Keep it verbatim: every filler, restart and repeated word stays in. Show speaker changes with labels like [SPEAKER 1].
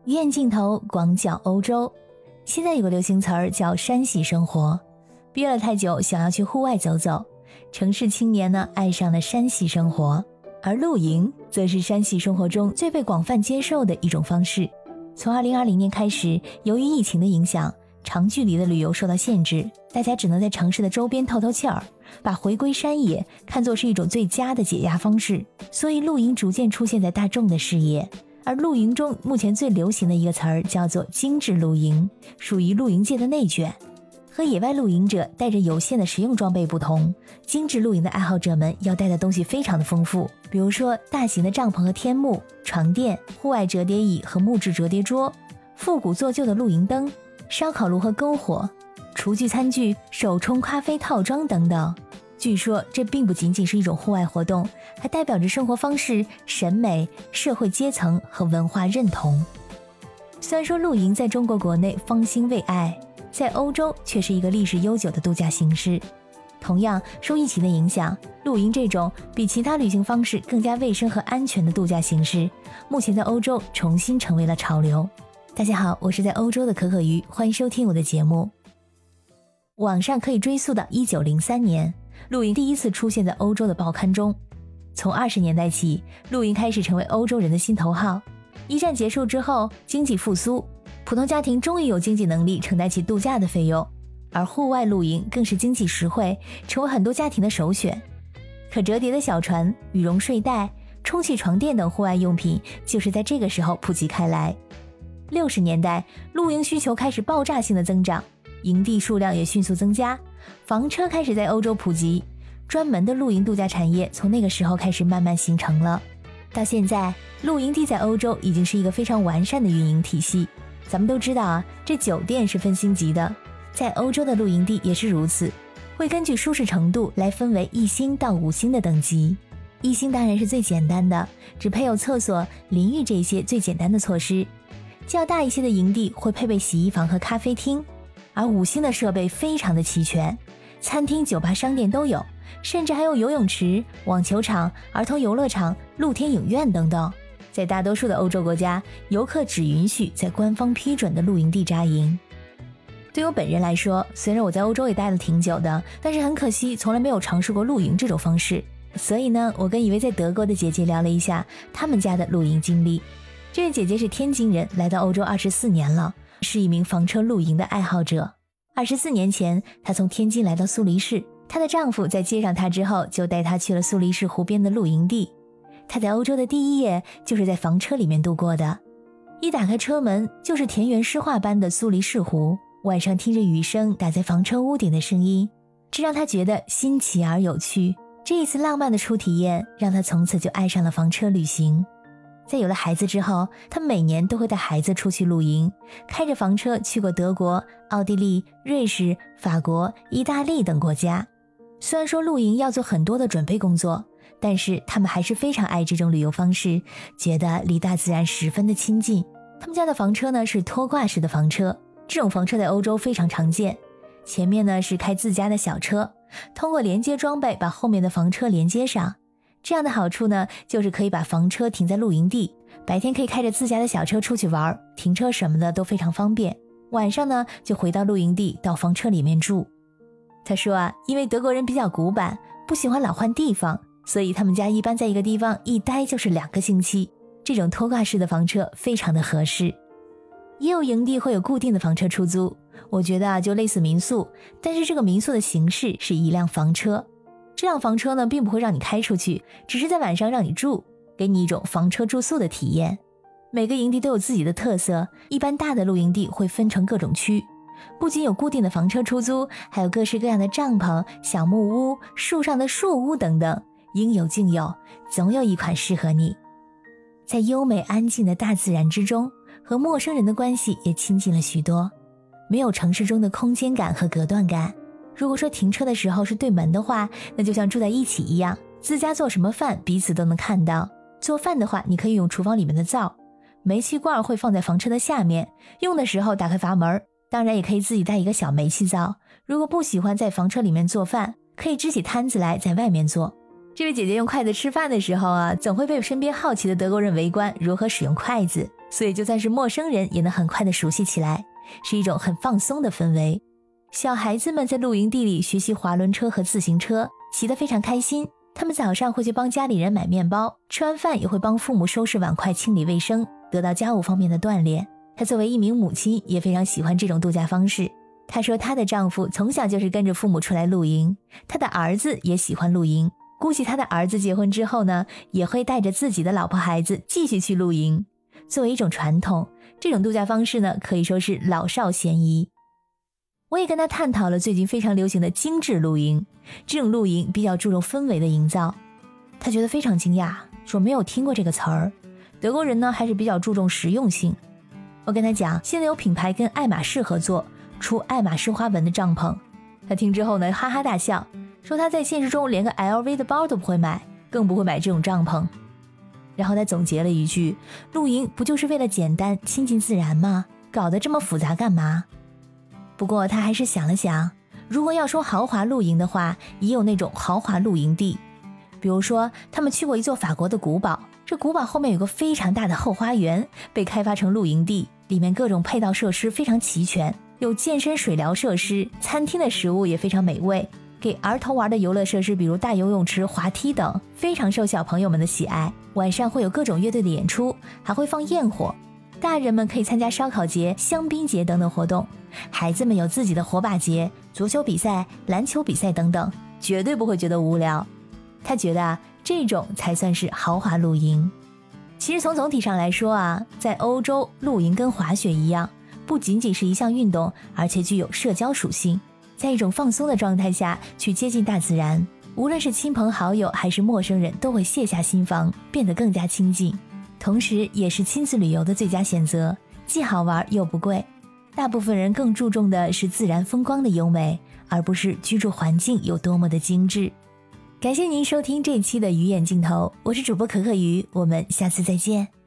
[SPEAKER 1] 鱼眼镜头广角欧洲。现在有个流行词儿叫山系生活，憋了太久想要去户外走走，城市青年呢爱上了山系生活，而露营则是山系生活中最被广泛接受的一种方式。从二零二零年开始，由于疫情的影响，长距离的旅游受到限制，大家只能在城市的周边透透气儿，把回归山野看作是一种最佳的解压方式，所以露营逐渐出现在大众的视野。而露营中目前最流行的一个词儿叫做精致露营，属于露营界的内卷。和野外露营者带着有限的实用装备不同，精致露营的爱好者们要带的东西非常的丰富，比如说大型的帐篷和天幕、床垫、户外折叠椅和木质折叠桌、复古做旧的露营灯、烧烤炉和篝火、厨具餐具、手冲咖啡套装等等。据说这并不仅仅是一种户外活动，还代表着生活方式、审美、社会阶层和文化认同。虽然说露营在中国国内方兴未艾，在欧洲却是一个历史悠久的度假形式。同样受疫情的影响，露营这种比其他旅行方式更加卫生和安全的度假形式，目前在欧洲重新成为了潮流。大家好，我是在欧洲的可可鱼，欢迎收听我的节目。网上可以追溯到一九零三年，露营第一次出现在欧洲的报刊中。从二十年代起，露营开始成为欧洲人的心头好。一战结束之后，经济复苏，普通家庭终于有经济能力承担起度假的费用，而户外露营更是经济实惠，成为很多家庭的首选。可折叠的小船、羽绒睡袋、充气床垫等户外用品就是在这个时候普及开来。六十年代，露营需求开始爆炸性的增长，营地数量也迅速增加，房车开始在欧洲普及，专门的露营度假产业从那个时候开始慢慢形成了。到现在，露营地在欧洲已经是一个非常完善的运营体系。咱们都知道啊，这酒店是分星级的，在欧洲的露营地也是如此，会根据舒适程度来分为一星到五星的等级。一星当然是最简单的，只配有厕所、淋浴这些最简单的措施。较大一些的营地会配备洗衣房和咖啡厅，而五星的设备非常的齐全，餐厅、酒吧、商店都有，甚至还有游泳池、网球场、儿童游乐场、露天影院等等。在大多数的欧洲国家，游客只允许在官方批准的露营地扎营。对我本人来说，虽然我在欧洲也待了挺久的，但是很可惜从来没有尝试过露营这种方式。所以呢，我跟一位在德国的姐姐聊了一下他们家的露营经历。这位姐姐是天津人，来到欧洲二十四年了，是一名房车露营的爱好者。二十四年前，她从天津来到苏黎世，她的丈夫在接上她之后，就带她去了苏黎世湖边的露营地。她在欧洲的第一夜就是在房车里面度过的。一打开车门，就是田园诗画般的苏黎世湖，晚上听着雨声打在房车屋顶的声音，这让她觉得新奇而有趣。这一次浪漫的初体验，让她从此就爱上了房车旅行。在有了孩子之后，她每年都会带孩子出去露营，开着房车去过德国、奥地利、瑞士、法国、意大利等国家。虽然说露营要做很多的准备工作，但是他们还是非常爱这种旅游方式，觉得离大自然十分的亲近。他们家的房车呢是拖挂式的房车，这种房车在欧洲非常常见。前面呢是开自家的小车，通过连接装备把后面的房车连接上。这样的好处呢，就是可以把房车停在露营地，白天可以开着自家的小车出去玩，停车什么的都非常方便。晚上呢，就回到露营地，到房车里面住。他说啊，因为德国人比较古板，不喜欢老换地方，所以他们家一般在一个地方一待就是两个星期。这种拖挂式的房车非常的合适。也有营地会有固定的房车出租，我觉得啊，就类似民宿，但是这个民宿的形式是一辆房车。这辆房车呢，并不会让你开出去，只是在晚上让你住，给你一种房车住宿的体验。每个营地都有自己的特色，一般大的露营地会分成各种区，不仅有固定的房车出租，还有各式各样的帐篷、小木屋、树上的树屋等等，应有尽有，总有一款适合你。在优美安静的大自然之中，和陌生人的关系也亲近了许多，没有城市中的空间感和隔断感。如果说停车的时候是对门的话，那就像住在一起一样，自家做什么饭彼此都能看到。做饭的话，你可以用厨房里面的灶，煤气罐会放在房车的下面，用的时候打开阀门，当然也可以自己带一个小煤气灶。如果不喜欢在房车里面做饭，可以支起摊子来在外面做。这位姐姐用筷子吃饭的时候啊，总会被身边好奇的德国人围观如何使用筷子。 所以就算是陌生人也能很快的熟悉起来，是一种很放松的氛围。小孩子们在露营地里学习滑轮车和自行车，骑得非常开心。他们早上会去帮家里人买面包，吃完饭也会帮父母收拾碗筷、清理卫生，得到家务方面的锻炼。她作为一名母亲，也非常喜欢这种度假方式。她说她的丈夫从小就是跟着父母出来露营，她的儿子也喜欢露营，估计她的儿子结婚之后呢，也会带着自己的老婆孩子继续去露营。作为一种传统，这种度假方式呢，可以说是老少咸宜。我也跟他探讨了最近非常流行的精致露营，这种露营比较注重氛围的营造。他觉得非常惊讶，说没有听过这个词儿。德国人呢还是比较注重实用性。我跟他讲，现在有品牌跟爱马仕合作，出爱马仕花纹的帐篷。他听之后呢哈哈大笑，说他在现实中连个 L V 的包都不会买，更不会买这种帐篷。然后他总结了一句，露营不就是为了简单亲近自然吗？搞得这么复杂干嘛？不过他还是想了想，如果要说豪华露营的话，也有那种豪华露营地。比如说他们去过一座法国的古堡，这古堡后面有个非常大的后花园，被开发成露营地，里面各种配套设施非常齐全，有健身水疗设施，餐厅的食物也非常美味，给儿童玩的游乐设施比如大游泳池、滑梯等，非常受小朋友们的喜爱。晚上会有各种乐队的演出，还会放焰火，大人们可以参加烧烤节、香槟节等等活动，孩子们有自己的火把节、足球比赛、篮球比赛等等，绝对不会觉得无聊。他觉得啊，这种才算是豪华露营。其实从总体上来说啊，在欧洲露营跟滑雪一样，不仅仅是一项运动，而且具有社交属性。在一种放松的状态下去接近大自然，无论是亲朋好友还是陌生人，都会卸下心防，变得更加亲近。同时也是亲子旅游的最佳选择，既好玩又不贵。大部分人更注重的是自然风光的优美，而不是居住环境有多么的精致。感谢您收听这一期的鱼眼镜头，我是主播可可鱼，我们下次再见。